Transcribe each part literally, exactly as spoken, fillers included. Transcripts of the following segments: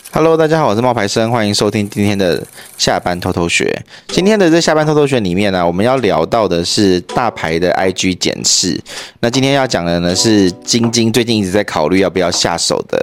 Hello， 大家好，我是冒牌生，欢迎收听今天的下班偷偷学。今天的这下班偷偷学里面呢、啊，我们要聊到的是大牌的 I G 检视。那今天要讲的呢是晶晶最近一直在考虑要不要下手的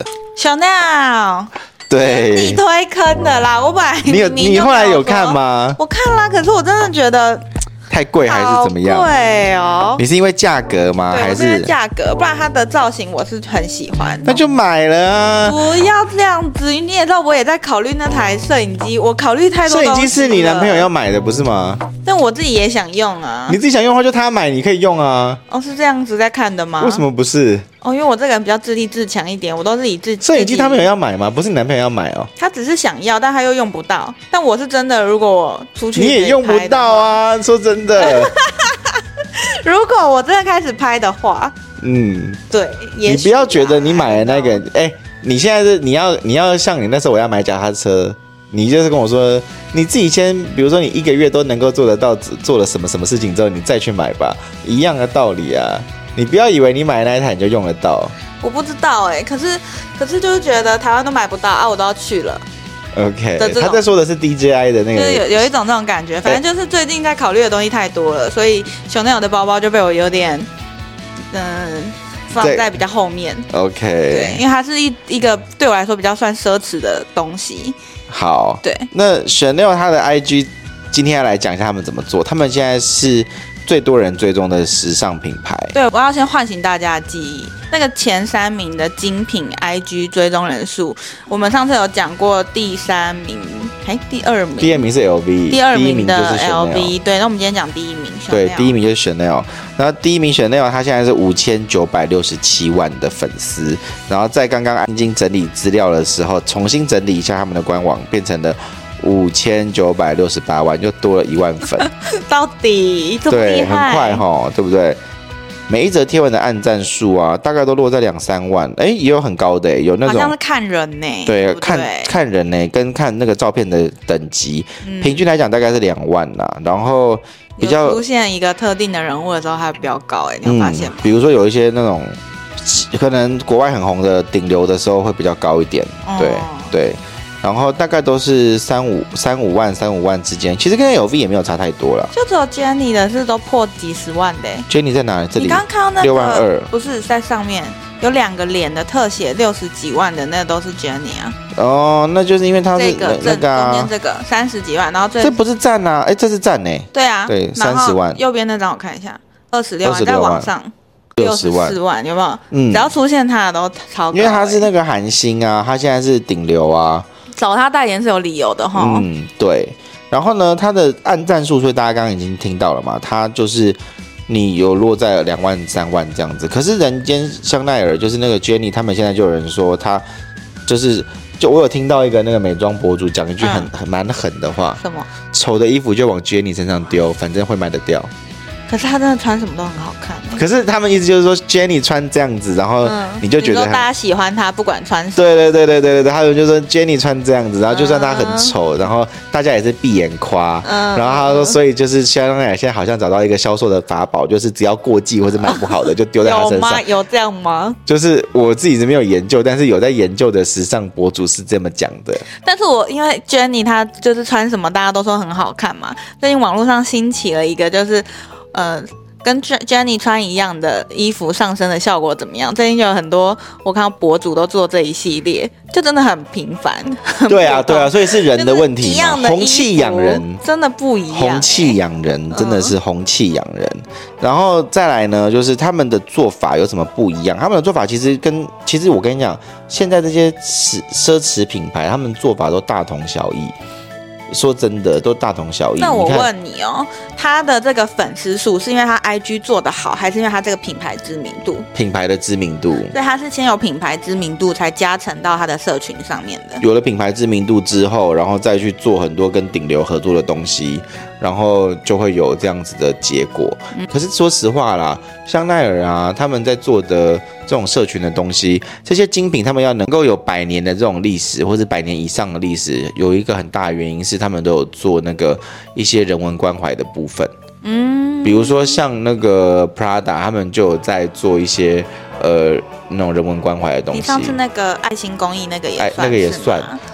Chanel。 对， 你推坑的啦！我本来你有你后来有看吗？ 我看啦，可是我真的觉得太贵还是怎么样？ 贵哦！ 你是因为价格吗？还是价格？不然它的造型我是很喜欢。 那就买了啊！ 不要这样子，你也知道我也在考虑那台摄影机，我考虑太多东西了。 摄影机是你男朋友要买的不是吗？ 但我自己也想用啊。 你自己想用的话，就他买，你可以用啊。 哦，是这样子在看的吗？ 为什么不是？ 哦，因为我这个人比较自立自强一点，我都是以自己。 摄影机他没有要买吗？不是你男朋友要买哦。 他只是想要，但他又用不到。但我是真的，如果我出去， 你也用不到啊！说真的。 如果我真的开始拍的话， 嗯， 对， 你不要觉得你买的那个，哎、欸，你现在是你要你要像你那时候我要买脚踏车，你就是跟我说你自己先，比如说你一个月都能够做得到，做了什么什么事情之后，你再去买吧，一样的道理啊。你不要以为你买的那一台你就用得到。 我不知道哎、欸，可是可是就是觉得台湾都买不到啊，我都要去了。 OK， 他在说的是 D J I 的那个， 就是有有一种这种感觉，反正就是最近在考虑的东西太多了，所以Chanel的包包就被我有点嗯、呃、放在比较后面。 OK， 对，因为它是一一个对我来说比较算奢侈的东西。 好， 对， 那 Chanel 它的 I G 今天要来讲一下他们怎么做，他们现在是最多人追踪的时尚品牌。 对，我要先唤醒大家的记忆。那个前三名的精品 I G 追踪人数，我们上次有讲过，第三名，哎，第二名， 第二名是 L V， 第二名的 L V， 对，那我们今天讲第一名 Chanel， 对，第一名就是 Chanel， 然后第一名 Chanel， 他现在是五千九百六十七万的粉丝，然后在刚刚安静整理资料的时候，重新整理一下他们的官网，变成了五千九百六十八万，就多了一万粉。 到底这么厉害？ 对，很快齁，对不对？每一则贴文的按赞数啊，大概都落在两三万，哎，也有很高的，有那种好像是看人呢， 对， 对对看看人呢，跟看那个照片的等级，嗯、平均来讲大概是两万啦。然后比较出现一个特定的人物的时候，它比较高，哎，你有发现吗、 嗯？比如说有一些那种可能国外很红的顶流的时候会比较高一点，哦、对对。然后大概都是三五三五万三五万之间，其实跟 L V 也没有差太多了。 就只有 Jenny 的是都破几十万的。 Jenny 在哪里？这里。 你刚刚看到那个六万二， 不是在上面有两个脸的特写，六十几万的那都是 Jenny 啊。 哦，那就是因为他是这个那个、啊、 中间这个三十几万，然后最这不是赞啊，哎，这是赞呢。 对啊， 对，三十万。 右边那张我看一下，二十六万，在网上。 六十万， 四万有没有？嗯，只要出现他的都超高、欸， 因为他是那个韩星啊，他现在是顶流啊。 找他代言是有理由的哈。 嗯，对。然后呢，他的按赞数，所以大家刚刚已经听到了嘛，他就是你有落在两万、三万这样子。可是人间香奈儿就是那个 Jenny， 他们现在就有人说他就是，就我有听到一个那个美妆博主讲一句很、嗯、很蛮狠的话， 什么？ 丑的衣服就往 Jenny 身上丢，反正会卖得掉。 可是他真的穿什么都很好看、欸。 可是他们意思就是说 ，Jenny 穿这样子，然后你就觉得、嗯、 大家喜欢他，不管穿什么。 对对对对对对，他们就说 Jenny 穿这样子，然后就算他很丑，嗯、然后大家也是闭眼夸。嗯、然后他说，所以就是香奈儿现在好像找到一个销售的法宝，就是只要过季或是卖不好的，就丢在他身上。 有吗？有这样吗？ 就是我自己是没有研究，但是有在研究的时尚博主是这么讲的。 但是我因为 Jenny 她就是穿什么大家都说很好看嘛，最近网络上兴起了一个就是呃。跟 Jenny 穿一样的衣服上身的效果怎么样？最近就有很多我看到博主都做这一系列，就真的很频繁。 对啊，对啊，所以是人的问题嘛，红气养人， 真的不一样、欸。 红气养人，真的是红气养人。嗯、然后再来呢，就是他们的做法有什么不一样？他们的做法其实跟其实我跟你讲，现在这些奢侈品牌，他们做法都大同小异。说真的，都大同小异。 那我问你哦，他的这个粉丝数是因为他 I G 做得好，还是因为他这个品牌知名度？ 品牌的知名度， 所以他是先有品牌知名度，才加成到他的社群上面的。 有了品牌知名度之后，然后再去做很多跟顶流合作的东西，然后就会有这样子的结果。嗯、可是说实话啦，香奈儿啊，他们在做的这种社群的东西，这些精品他们要能够有百年的这种历史，或者百年以上的历史，有一个很大的原因是他们都有做那个一些人文关怀的部分。嗯，比如说像那个 Prada， 他们就有在做一些呃那种人文关怀的东西。 你上次那个爱心公益那个也算， 那个也算。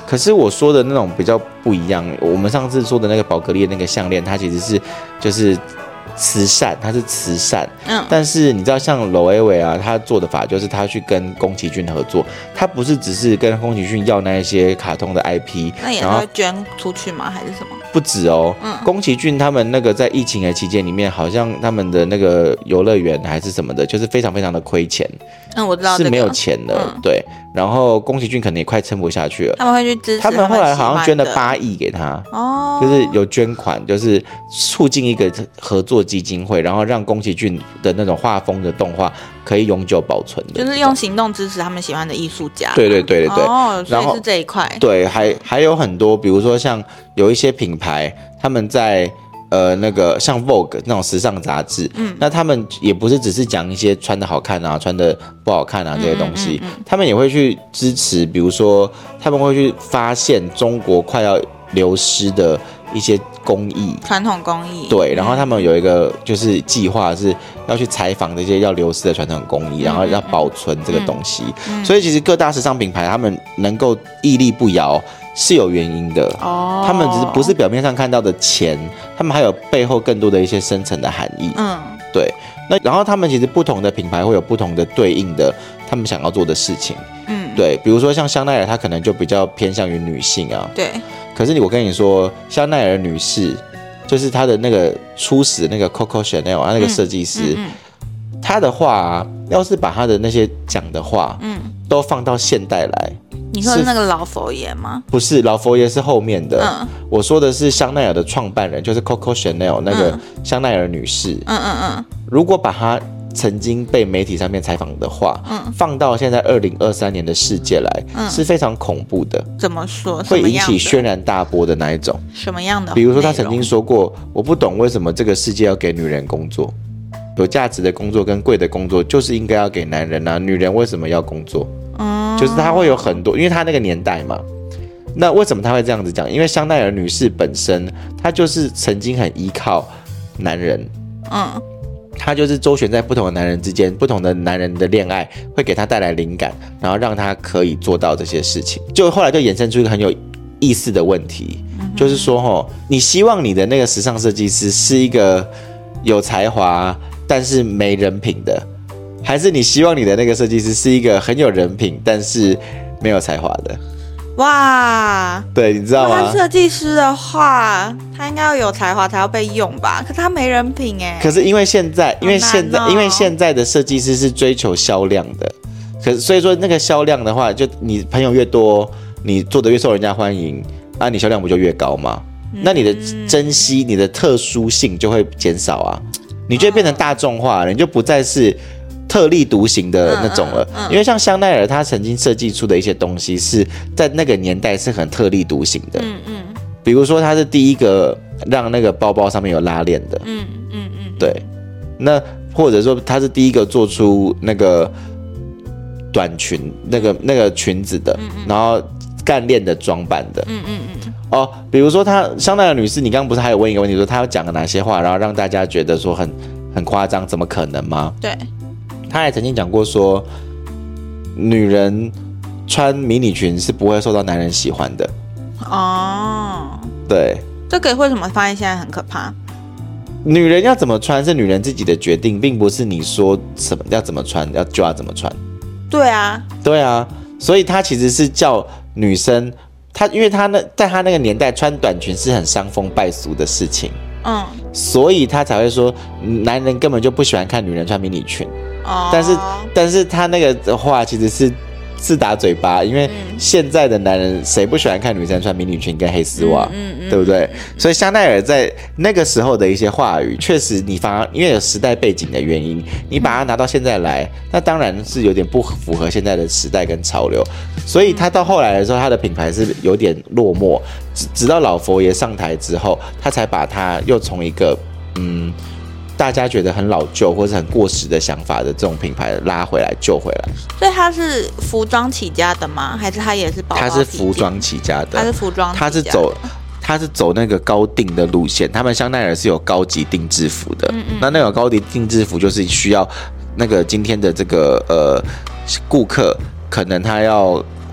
可是我说的那种比较不一样，我们上次说的那个宝格丽的那个项链，它其实是就是慈善，它是慈善。嗯，但是你知道像娄薇薇啊，他做的法就是他去跟宫崎骏合作，他不是只是跟宫崎骏要那一些卡通的 I P， 那也会捐出去吗？还是什么？ 不止哦，嗯，宫崎骏他们那个在疫情的期间里面，好像他们的那个游乐园还是什么的，就是非常非常的亏钱。 嗯，我知道、这个、 是没有钱的，嗯、对。然后宫崎骏可能也快撑不下去了， 他们会去支持他们。 他们后来好像捐了八亿给他，哦，就是有捐款，就是促进一个合作基金会，然后让宫崎骏的那种画风的动画可以永久保存的， 就是用行动支持他们喜欢的艺术家。 对对对对对， 哦，所以是这一块。 对，还还有很多，比如说像有一些品牌，他们在。呃，那个像 Vogue 那种时尚杂志，嗯，那他们也不是只是讲一些穿的好看啊、穿的不好看啊这些东西，嗯嗯嗯嗯、他们也会去支持，比如说他们会去发现中国快要流失的一些工艺， 传统工艺， 对，然后他们有一个就是计划是要去采访这些要流失的传统工艺，嗯、然后要保存这个东西，嗯嗯、所以其实各大时尚品牌他们能够屹立不摇。是有原因的哦，他们只是不是表面上看到的钱，他们还有背后更多的一些深层的含义。嗯，对。那然后他们其实不同的品牌会有不同的对应的他们想要做的事情。嗯，对。比如说像香奈儿，它可能就比较偏向于女性啊。 对。 可是我跟你说，香奈儿女士就是她的那个初始那个 Coco Chanel 那个设计师，嗯嗯嗯、他的话、啊，要是把他的那些讲的话，嗯，都放到现代来。 你说的那个老佛爷吗？ 不是，老佛爷是后面的。嗯，我说的是香奈儿的创办人，就是 Coco Chanel 那个香奈儿女士。嗯嗯嗯。如果把她曾经被媒体上面采访的话，嗯，放到现在二零二三年的世界来，嗯，是非常恐怖的。 怎么说？ 会引起轩然大波的那一种。 什么样的？ 比如说，她曾经说过：“我不懂为什么这个世界要给女人工作，有价值的工作跟贵的工作就是应该要给男人啊，女人为什么要工作？”就是他会有很多，因为他那个年代嘛。那为什么他会这样子讲？因为香奈儿女士本身，她就是曾经很依靠男人，嗯，她就是周旋在不同的男人之间，不同的男人的恋爱会给她带来灵感，然后让她可以做到这些事情。就后来就衍生出一个很有意思的问题，嗯、就是说，吼，你希望你的那个时尚设计师是一个有才华但是没人品的。还是你希望你的那个设计师是一个很有人品，但是没有才华的？ 哇， 对，你知道吗？ 设计师的话，他应该要有才华才要被用吧？可是他没人品哎。 可是因为现在，因为现在，哦、因为现在的设计师是追求销量的，可是所以说那个销量的话，就你朋友越多，你做的越受人家欢迎，啊，你销量不就越高吗？嗯、那你的珍惜、你的特殊性就会减少啊，你就会变成大众化了，你就不再是。特立独行的那种了，嗯嗯嗯、因为像香奈儿，它曾经设计出的一些东西是在那个年代是很特立独行的，嗯嗯，比如说它是第一个让那个包包上面有拉链的，嗯嗯嗯，对，那或者说它是第一个做出那个短裙那个那个裙子的，嗯嗯、然后干链的装扮的，嗯嗯嗯，哦，比如说她香奈儿女士，你刚刚不是还有问一个问题说她要讲了哪些话，然后让大家觉得说很很夸张，怎么可能吗？ 对。 他还曾经讲过说，女人穿迷你裙是不会受到男人喜欢的。哦，对， 这个为什么发现现在很可怕？ 女人要怎么穿是女人自己的决定，并不是你说什么要怎么穿要就要怎么穿。 对啊， 对啊，所以他其实是叫女生，他因为他那在他那个年代穿短裙是很伤风败俗的事情。嗯，所以他才会说，男人根本就不喜欢看女人穿迷你裙。哦，但是，但是他那个话其实是自打嘴巴，因为现在的男人谁不喜欢看女生穿迷你裙跟黑丝袜，嗯嗯嗯、对不对？所以香奈儿在那个时候的一些话语，确实你反而因为有时代背景的原因，你把它拿到现在来，那当然是有点不符合现在的时代跟潮流。所以他到后来的时候，他的品牌是有点落寞，直直到老佛爷上台之后，他才把它又从一个嗯。大家觉得很老旧或者很过时的想法的这种品牌拉回来救回来， 所以他是服装起家的吗？还是他也是包包？ 他是服装起家的， 他是服装起家的，他是走他是走那个高定的路线。他们香奈儿是有高级定制服的，嗯嗯那那种高级定制服就是需要那个今天的这个呃顾客可能他要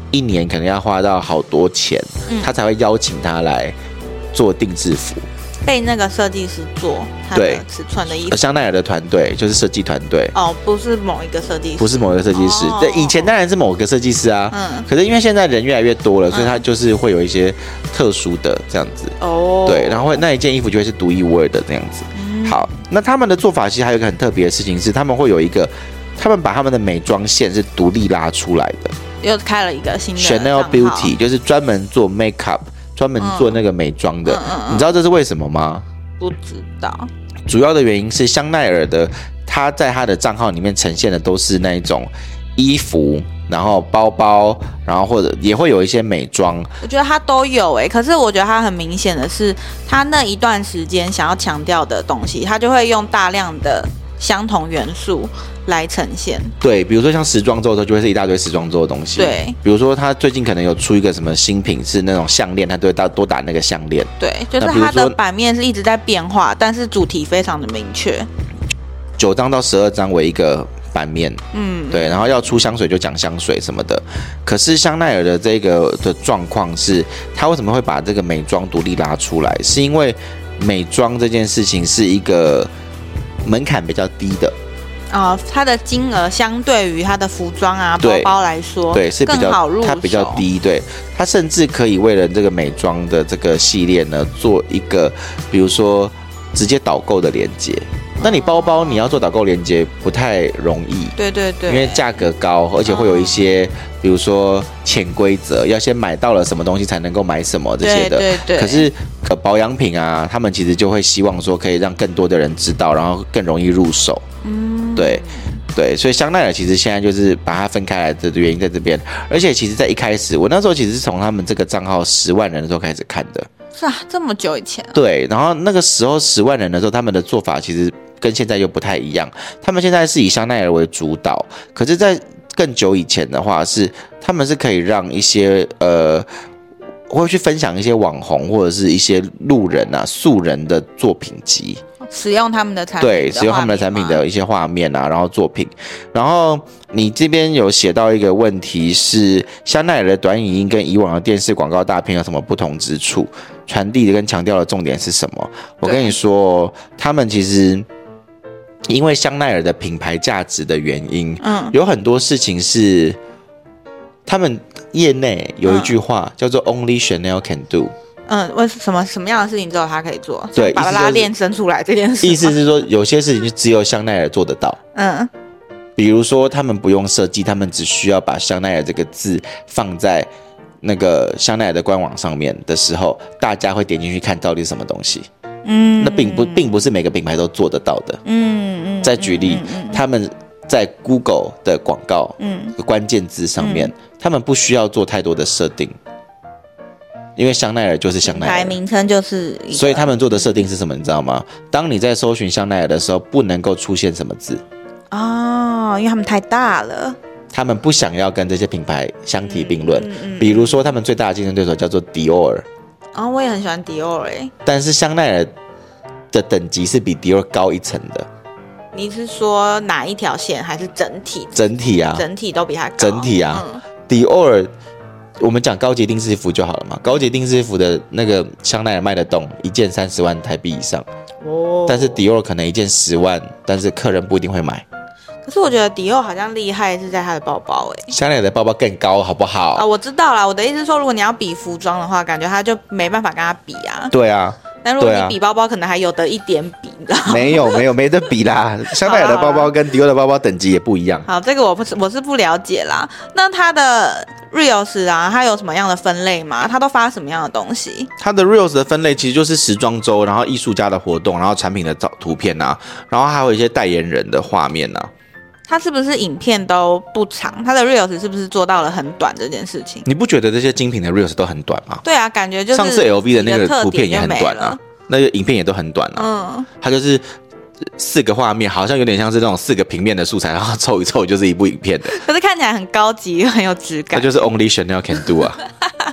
一年可能要花到好多钱， 嗯、 他才会邀请他来做定制服。 被那个设计师做他的尺寸的衣服， 香奈儿的团队就是设计团队哦，不是某一个设计师， 不是某一个设计师。哦、对，以前当然是某个设计师啊，嗯，可是因为现在人越来越多了，所以他就是会有一些特殊的这样子哦，对，然后那一件衣服就会是独一无二的这样子。嗯、好，那他们的做法其实还有一个很特别的事情是，他们会有一个，他们把他们的美妆线是独立拉出来的， 又开了一个新的 Chanel Beauty， 就是专门做 makeup。专门做那个美妆的，嗯嗯嗯、你知道这是为什么吗？ 不知道。 主要的原因是香奈儿的，他在他的账号里面呈现的都是那一种衣服，然后包包，然后或者也会有一些美妆。 我觉得他都有诶、欸，可是我觉得他很明显的是，他那一段时间想要强调的东西，他就会用大量的相同元素来呈现。 对，比如说像时装周的时候就会是一大堆时装周的东西。 对， 比如说他最近可能有出一个什么新品是那种项链，他都会多打那个项链。 对，就是它的版面是一直在变化，但是主题非常的明确。 九张到十二张为一个版面，嗯，对，然后要出香水就讲香水什么的。可是香奈儿的这个的状况是，他为什么会把这个美妆独立拉出来？是因为美妆这件事情是一个门槛比较低的。 哦，它的金额相对于它的服装啊、包包来说， 对，是比较更好入手， 它比较低，对，它甚至可以为了这个美妆的这个系列呢，做一个，比如说直接导购的连结。那你包包你要做导购连结不太容易， 对对对， 因为价格高，而且会有一些，哦、比如说潜规则，要先买到了什么东西才能够买什么这些的。 对对对。 可是呃保养品啊，他们其实就会希望说可以让更多的人知道，然后更容易入手。嗯，对对，所以香奈儿其实现在就是把它分开来的原因在这边，而且其实在一开始，我那时候其实是从他们这个账号十万人的时候开始看的。 是啊，这么久以前、啊。 对，然后那个时候十万人的时候，他们的做法其实跟现在又不太一样。他们现在是以香奈儿为主导，可是，在更久以前的话是，他们是可以让一些呃，会去分享一些网红或者是一些路人啊、素人的作品集。 使用他们的产品的， 对，使用他们的产品的一些画面啊，然后作品。然后你这边有写到一个问题是，香奈儿的短影音跟以往的电视广告大片有什么不同之处？传递的跟强调的重点是什么？我跟你说，他们其实因为香奈儿的品牌价值的原因，嗯，有很多事情是他们业内有一句话、嗯、叫做 "Only Chanel can do"。 嗯，为什么什么样的事情只有他可以做？ 对， 把拉链伸出来这件事。 意思是说，有些事情就只有香奈儿做得到。嗯，比如说他们不用设计，他们只需要把香奈儿这个字放在那个香奈儿的官网上面的时候，大家会点进去看到底是什么东西。嗯，那并不并不是每个品牌都做得到的。嗯嗯。再举例，嗯嗯嗯、他们在 Google 的广告，嗯，关键字上面，嗯、他们不需要做太多的设定。因为香奈儿就是香奈儿， 品牌名称就是， 所以他们做的设定是什么？你知道吗？当你在搜寻香奈儿的时候，不能够出现什么字哦，因为他们太大了， 他们不想要跟这些品牌相提并论。嗯嗯嗯、比如说，他们最大的竞争对手叫做迪奥尔。 哦，我也很喜欢迪奥尔诶， 但是香奈儿的等级是比迪奥尔高一层的。 你是说哪一条线，还是整体？ 整体啊， 整体都比它高。 整体啊，嗯、迪奥尔。我们讲高级定制服就好了嘛，高级定制服的那个香奈儿卖得动，一件三十万台币以上，哦，但是迪奥可能一件十万，但是客人不一定会买。 可是我觉得迪奥好像厉害是在他的包包诶、欸， 香奈儿的包包更高，好不好？ 啊，我知道啦，我的意思是说，如果你要比服装的话，感觉他就没办法跟他比啊。 对啊。 但如果你比包包，可能还有得一点比，你知道吗？ 没有没有没得比啦，香奈儿的包包跟迪奥的包包等级也不一样。 好，这个我不是我是不了解啦。那它的 Reels 啊，它有什么样的分类吗？它都发什么样的东西？ 它的 Reels 的分类其实就是时装周，然后艺术家的活动，然后产品的照图片啊，然后还有一些代言人的画面啊。 它是不是影片都不长？它的 Reels 是不是做到了很短这件事情？ 你不觉得这些精品的 Reels 都很短吗？ 对啊，感觉就是上次 L V 的那个图片也很短啊，那个影片也都很短啊。嗯，它就是四个画面，好像有点像是那种四个平面的素材，然后凑一凑就是一部影片的。 可是看起来很高级，很有质感。 它就是 Only Chanel can do 啊。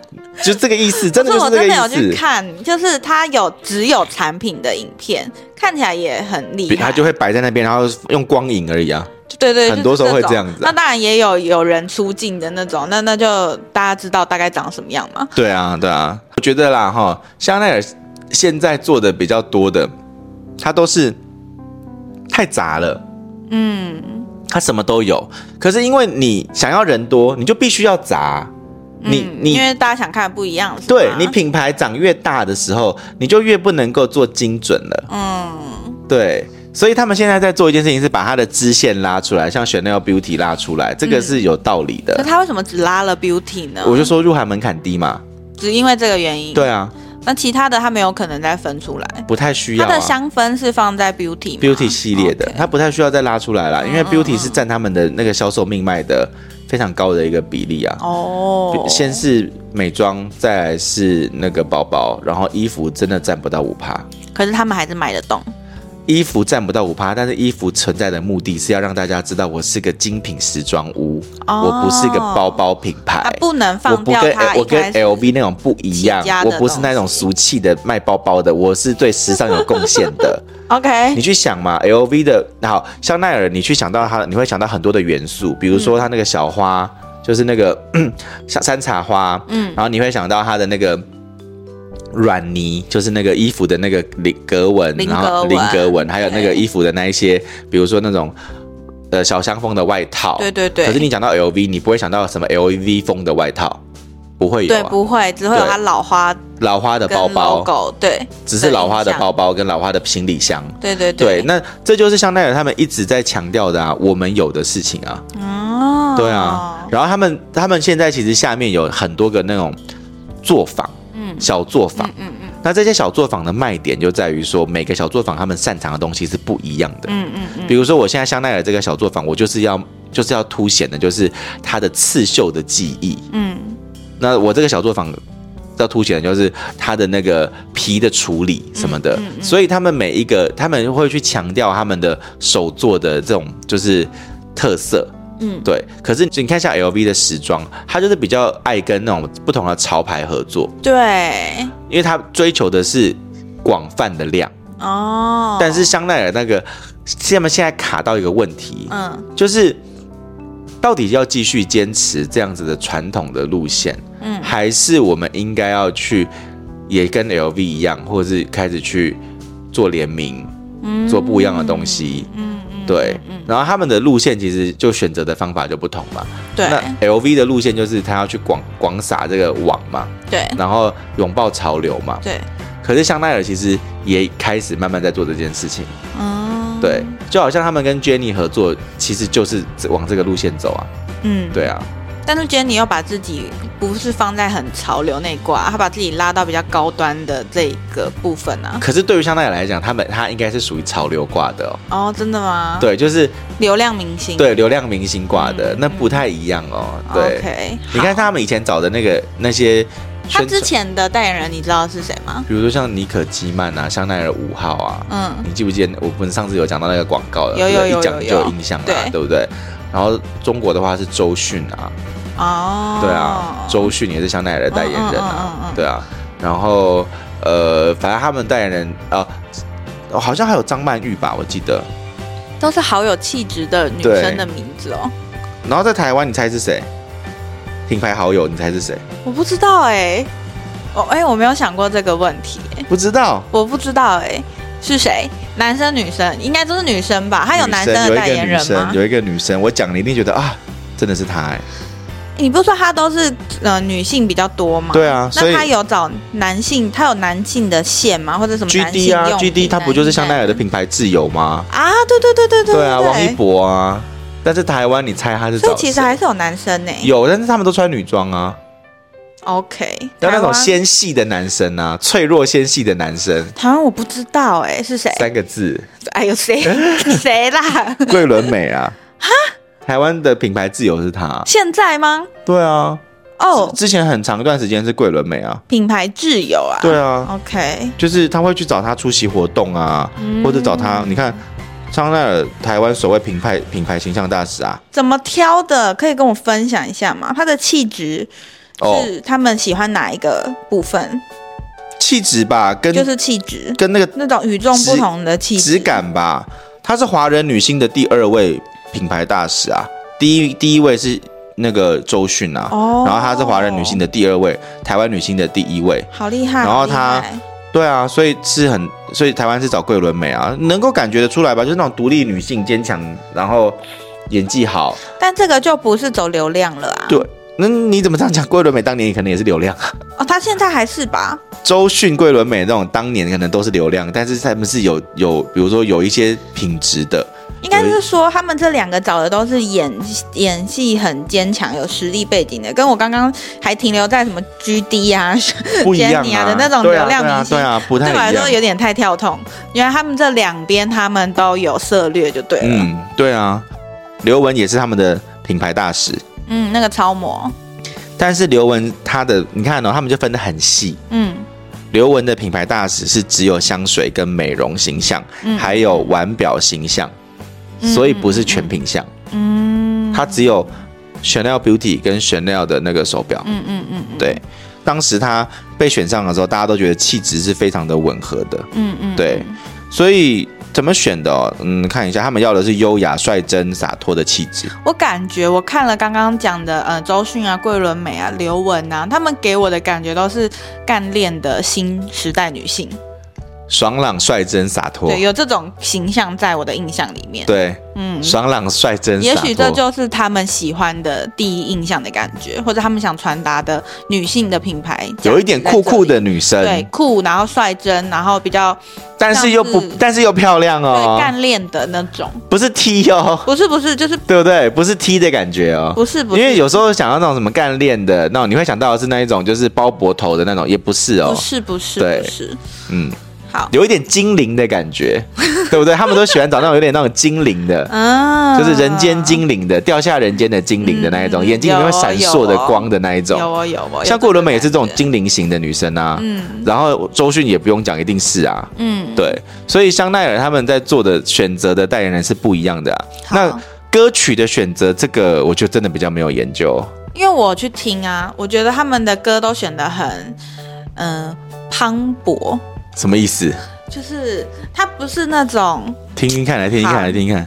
就这个意思，真的就是我这个意思。 真的有去看，就是他有只有产品的影片，看起来也很厉害。 他就会摆在那边，然后用光影而已啊。 对对， 很多时候会这样子、啊。 那当然也有有人出镜的那种，那那就大家知道大概长什么样嘛。 对啊，对啊，我觉得啦哈，香奈儿现在做的比较多的，它都是太杂了。嗯，它什么都有，可是因为你想要人多，你就必须要杂。你、嗯、你因为大家想看的不一样， 对，你品牌长越大的时候，你就越不能够做精准了。嗯，对。所以他们现在在做一件事情，是把它的支线拉出来，像 Chanel Beauty 拉出来，这个是有道理的。 那、嗯、他为什么只拉了 Beauty 呢？ 我就说入行门槛低嘛， 只因为这个原因。 对啊， 那其他的他没有可能再分出来， 不太需要、啊。 它的香氛是放在 Beauty Beauty 系列的， okay. 它不太需要再拉出来啦，因为 Beauty 是占他们的那个销售命脉的非常高的一个比例啊。哦，先是美妆，再来是那个包包，然后衣服真的占不到五趴， 可是他们还是买得动。 衣服占不到五趴，但是衣服存在的目的是要让大家知道我是个精品时装屋，哦、我不是个包包品牌， 它不能放掉它。 我跟 L V 那种不一样，我不是那种俗气的卖包包的，我是对时尚有贡献的。 OK， 你去想嘛 ，L V 的好，香奈儿，你去想到它，你会想到很多的元素，比如说它那个小花，嗯、就是那个小山茶花，嗯，然后你会想到它的那个。软呢，就是那个衣服的那个格纹，然后菱格纹，还有那个衣服的那一些，比如说那种呃小香风的外套。 对对对。 可是你讲到 L V， 你不会想到什么 L V 风的外套，不会有、啊。 对，不会，只会有它老花老花的包包 logo， 对， 只是老花的包包跟老花的行李箱。 对对 对, 对。那这就是香奈儿他们一直在强调的啊，我们有的事情啊。哦。对啊。然后他们他们现在其实下面有很多个那种作坊。小作坊，嗯嗯嗯，那这些小作坊的卖点就在于说，每个小作坊他们擅长的东西是不一样的，嗯嗯嗯。比如说，我现在香奈儿这个小作坊，我就是要就是要凸显的，就是它的刺绣的技艺，嗯。那我这个小作坊要凸显的就是它的那个皮的处理什么的，嗯嗯嗯、所以他们每一个他们会去强调他们的手作的这种就是特色。嗯，对。可是你看像 L V 的时装，它就是比较爱跟那种不同的潮牌合作。 对， 因为它追求的是广泛的量。哦。但是香奈儿那个，他们现在卡到一个问题，嗯，就是到底要继续坚持这样子的传统的路线，嗯，还是我们应该要去也跟 L V 一样，或者是开始去做联名，嗯，做不一样的东西，嗯。对，然后他们的路线其实就选择的方法就不同嘛。 对， 那 L V 的路线就是他要去广广撒这个网嘛。 对， 然后拥抱潮流嘛。 对。 可是香奈儿其实也开始慢慢在做这件事情。嗯。对，就好像他们跟 Jenny 合作，其实就是往这个路线走啊。嗯，对啊。 但是 Jenny 又把自己不是放在很潮流那一挂，他把自己拉到比较高端的这个部分啊。 可是对于香奈儿来讲，他们他应该是属于潮流挂的哦。哦，真的吗？ 对，就是流量明星。 对，流量明星挂的，嗯、那不太一样哦。对， okay, 你看他们以前找的那个那些， 他之前的代言人你知道是谁吗？ 比如说像妮可基曼啊，香奈儿五号啊，嗯，你记不记得我们上次有讲到那个广告的？ 有有有有有， 一讲就有印象啦，对, 对不对？然后中国的话是周迅啊。哦，对啊，周迅也是香奈儿的代言人啊，嗯嗯嗯嗯、对啊，然后呃，反正他们代言人啊、呃，好像还有张曼玉吧，我记得， 都是好有气质的女生的名字哦。 然后在台湾，你猜是谁？品牌好友，你猜是谁？ 我不知道哎、欸，我哎、欸，我没有想过这个问题、欸， 不知道， 我不知道哎、欸，是谁？男生女生应该都是女生吧？他有男生的代言人吗？ 有一个女生，我讲你一定觉得啊，真的是她哎、欸。 你不是说他都是呃女性比较多吗？ 对啊， 那他有找男性，他有男性的线吗？或者什么男性用品 G D 啊 ，G D 他不就是香奈儿的品牌挚友吗？ 啊，对对对对对对啊，王一博啊。但是台湾你猜他是找谁？ 所以其实还是有男生呢、欸。 有，但是他们都穿女装啊。 OK， 要那种纤细的男生啊，脆弱纤细的男生。 台湾我不知道哎、欸，是谁？ 三个字。 哎呦，谁谁啦？ 桂纶镁啊。哈。台湾的品牌挚友是他， 现在吗？ 对啊， 哦、oh, ， 之前很长一段时间是桂纶镁啊， 品牌挚友啊， 对啊 ，OK， 就是他会去找他出席活动啊，嗯、或者找他，你看香奈儿台湾首位品牌品牌形象大使啊， 怎么挑的？可以跟我分享一下吗？他的气质是他们喜欢哪一个部分？ 气质吧，跟就是气质， 跟那个那种与众不同的气质质感吧。她是华人女星的第二位品牌大使啊，第一第一位是那个周迅啊，哦、然后她是华人女星的第二位，台湾女星的第一位， 好厉害。 然后她，对啊，所以是很，所以台湾是找桂纶镁啊，能够感觉得出来吧？就是那种独立女性，坚强，然后演技好。 但这个就不是走流量了啊。 对。那你怎么这样讲？桂纶镁当年可能也是流量啊。 哦，他现在还是吧？ 周迅、桂纶镁那种当年可能都是流量，但是他们是有有，比如说有一些品质的。 应该是说，他们这两个找的都是演演戏很坚强、有实力背景的，跟我刚刚还停留在什么 G D 啊、 不一样 Jenny 啊的那种流量明星， 对啊，对啊，不太一样。 对我来说有点太跳痛。原来他们这两边他们都有涉略，就对了。 嗯，对啊，刘雯也是他们的品牌大使。 嗯，那个超模。 但是刘雯她的，你看哦，他们就分得很细。嗯，刘雯的品牌大使是只有香水跟美容形象，嗯、还有腕表形象，嗯、所以不是全品项。嗯，它只有 Chanel Beauty 跟 Chanel 的那个手表。嗯嗯嗯，对。当时她被选上的时候，大家都觉得气质是非常的吻合的。嗯嗯，对。所以怎么选的哦？嗯，看一下，他们要的是优雅、率真、洒脱的气质。 我感觉我看了刚刚讲的，呃，周迅啊、桂纶镁啊、刘雯啊，他们给我的感觉都是干练的新时代女性， 爽朗、率真、洒脱。 对，有这种形象在我的印象里面。 对，嗯，爽朗、率真、洒脱。 也许这就是他们喜欢的第一印象的感觉，或者他们想传达的女性的品牌， 有一点酷酷的女生， 对，酷，然后率真，然后比较。 但是又不，但是又漂亮哦， 对，干练的那种， 不是 T 哦， 不是不是，就是对不对？不是 T 的感觉哦， 不是不是， 因为有时候想到那种什么干练的，那种你会想到的是那一种就是包脖头的那种，也不是哦， 不是不是， 对， 不是， 嗯， 好， 有一点精灵的感觉，对不对？他们都喜欢找那种有点那种精灵的，啊，就是人间精灵的，掉下人间的精灵的那一种，嗯、眼睛里面会闪烁的光的那一种， 有哦有哦， 像桂纶镁也是这种精灵型的女生啊，嗯，然后周迅也不用讲，一定是啊，嗯，对，所以香奈儿他们在做的选择的代言人是不一样的啊。那歌曲的选择，这个我就真的比较没有研究， 因为我去听啊，我觉得他们的歌都选得很，嗯、呃，磅礴。 什么意思？ 就是它不是那种， 听听看来，听听看来，听听看。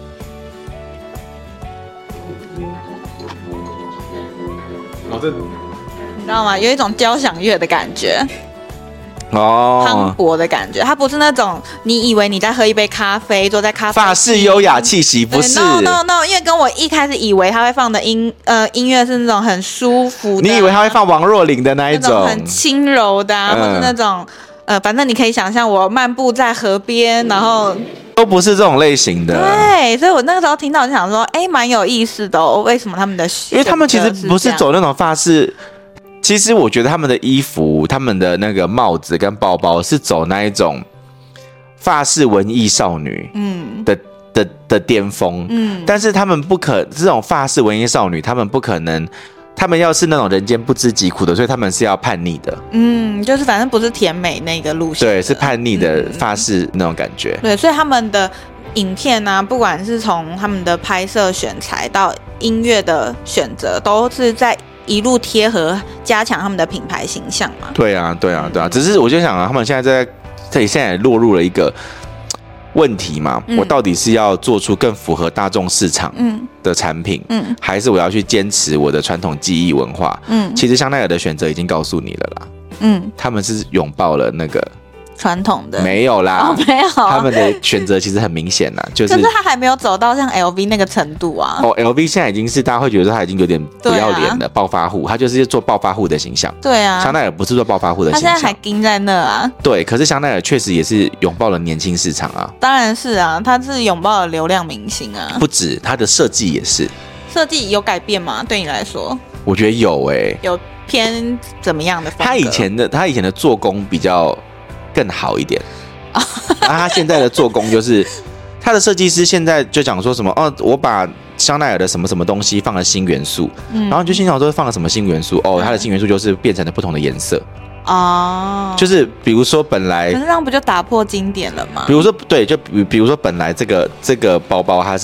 哦，这你知道吗？有一种交响乐的感觉。 哦， 磅礴的感觉，它不是那种你以为你在喝一杯咖啡，坐在咖啡法式优雅气息，不是 ？No No No， 因为跟我一开始以为他会放的音呃音乐是那种很舒服的， 你以为他会放王若琳的那一种， 那种很轻柔的、啊，嗯、或者那种呃，反正你可以想象我漫步在河边，然后都不是这种类型的。 对，所以我那个时候听到就想说，哎，蛮有意思的哦。为什么他们的？ 因为他们其实不是走那种法式。其实我觉得他们的衣服、他们的那个帽子跟包包是走那一种法式文艺少女的、嗯、的的巅峰，嗯，但是他们不可这种法式文艺少女，他们不可能，他们要是那种人间不知疾苦的，所以他们是要叛逆的， 嗯，就是反正不是甜美那个路线， 对，是叛逆的法式那种感觉， 嗯、对，所以他们的影片啊，不管是从他们的拍摄选材到音乐的选择，都是在。一路贴合，加强他们的品牌形象嘛？对啊，对啊，对啊。只是我就想啊，他们现在在这里，现在也落入了一个问题嘛。嗯、我到底是要做出更符合大众市场的产品，嗯，还是我要去坚持我的传统技艺文化？嗯，其实香奈儿的选择已经告诉你了啦。嗯，他们是拥抱了那个。 传统的没有啦， 哦，没有， 他们的选择其实很明显啦，就是， 可是他还没有走到像 L V 那个程度啊。 哦 ，L V 现在已经是大家会觉得他已经有点不要脸了，暴发户，他就是做暴发户的形象。 对啊， 香奈儿不是做暴发户的形象， 他现在还盯在那啊。 对，可是香奈儿确实也是拥抱了年轻市场啊。 当然是啊，他是拥抱了流量明星啊。 不止，他的设计也是。 设计有改变吗？对你来说？ 我觉得有诶、欸， 有偏怎么样的风格？ 他以前的他以前的做工比较更好一点。然后他现在的做工就是，他的设计师现在就讲说什么哦，我把香奈儿的什么什么东西放了新元素，嗯、然后你就心想说放了什么新元素哦，它的新元素就是变成了不同的颜色哦，就是比如说本来， 可是这样不就打破经典了吗？ 比如说对，就比比如说本来这个这个包包它是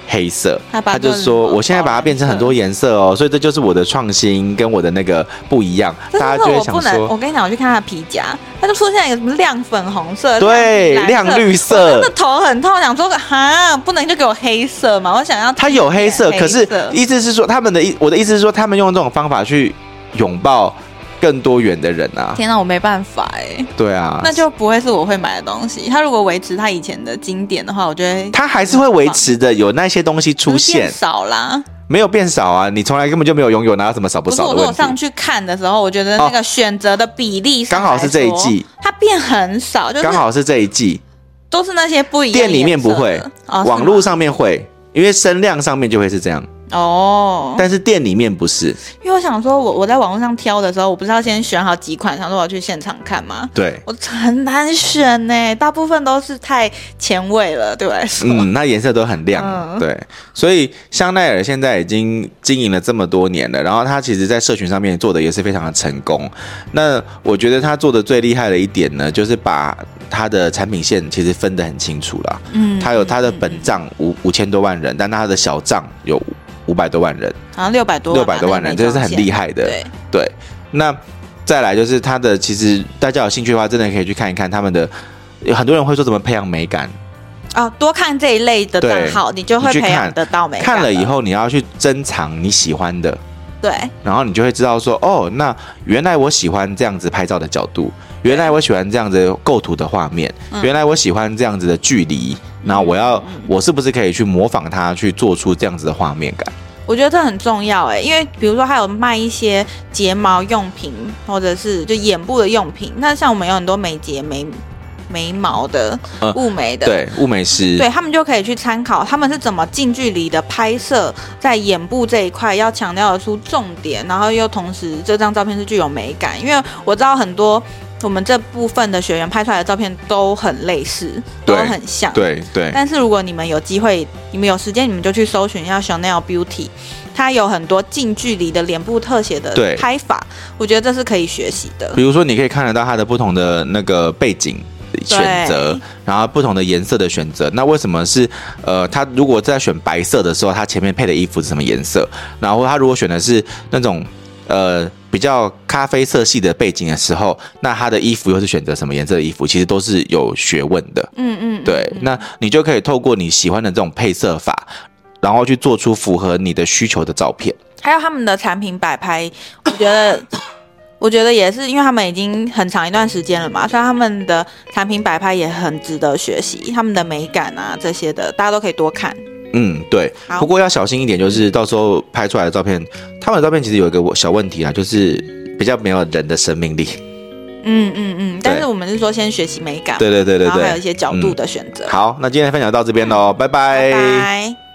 黑色， 他他就说我现在把它变成很多颜色哦，所以这就是我的创新跟我的那个不一样。大家就会想说， 我跟你讲，我去看他的皮夹，他就出现一个什么亮粉红色， 对，亮绿色， 我真的头很痛，想说哈，不能就给我黑色嘛，我想要他有黑色，可是意思是说他们的意，我的意思是说他们用这种方法去拥抱更多元的人啊！ 天哪，我没办法哎。对啊， 那就不会是我会买的东西。他如果维持他以前的经典的话，我觉得他还是会维持的，有那些东西出现， 变少啦。 没有变少啊，你从来根本就没有拥有，哪有什么少不少的问题？ 不是，我上去看的时候，我觉得那个选择的比例刚好是这一季， 它变很少，就是刚好是这一季， 都是那些不一样。 店里面不会，哦、网络上面会，因为声量上面就会是这样。哦，但是店里面不是， 因为我想说我，我我在网络上挑的时候，我不是要先选好几款，想说我要去现场看吗？ 对， 我很难选呢，大部分都是太前卫了，对我来说。 嗯，那颜色都很亮，嗯、对，所以香奈儿现在已经经营了这么多年了，然后他其实在社群上面做的也是非常的成功。那我觉得他做的最厉害的一点呢，就是把他的产品线其实分得很清楚啦。嗯，他有他的本账五五千多万人，但他的小账有五百多万人， 好像六百多六百多万人，这是很厉害的。对对，那再来就是他的，其实大家有兴趣的话，真的可以去看一看他们的。有很多人会说怎么培养美感哦，多看这一类的账号，你就会培养得到美感。 看了以后，你要去珍藏你喜欢的。 对， 然后你就会知道说，哦，那原来我喜欢这样子拍照的角度，原来我喜欢这样子构图的画面，嗯、原来我喜欢这样子的距离，然后我要、嗯、我是不是可以去模仿它，去做出这样子的画面感？ 我觉得这很重要哎，因为比如说还有卖一些睫毛用品，或者是就眼部的用品，那像我们有很多美睫眉。眉毛的、雾眉的， 呃、对雾眉师， 对他们就可以去参考他们是怎么近距离的拍摄，在眼部这一块要强调出重点，然后又同时这张照片是具有美感。因为我知道很多我们这部分的学员拍出来的照片都很类似，都很像， 对对。 但是如果你们有机会，你们有时间，你们就去搜寻一下 Chanel Beauty， 它有很多近距离的脸部特写的拍法，我觉得这是可以学习的。 比如说，你可以看得到它的不同的那个背景。选择，然后不同的颜色的选择。那为什么是呃，他如果在选白色的时候，他前面配的衣服是什么颜色？然后他如果选的是那种呃比较咖啡色系的背景的时候，那他的衣服又是选择什么颜色的衣服？其实都是有学问的。嗯嗯，对。那你就可以透过你喜欢的这种配色法，然后去做出符合你的需求的照片。 还有他们的产品摆拍，我觉得。我觉得也是，因为他们已经很长一段时间了嘛，所以他们的产品摆拍也很值得学习，他们的美感啊这些的，大家都可以多看。 嗯，对。不过要小心一点，就是到时候拍出来的照片，他们的照片其实有一个小问题啊，就是比较没有人的生命力。 嗯嗯嗯，但是我们是说先学习美感， 对对对对对， 然后还有一些角度的选择。 嗯、好，那今天的分享到这边喽，拜拜。 拜拜。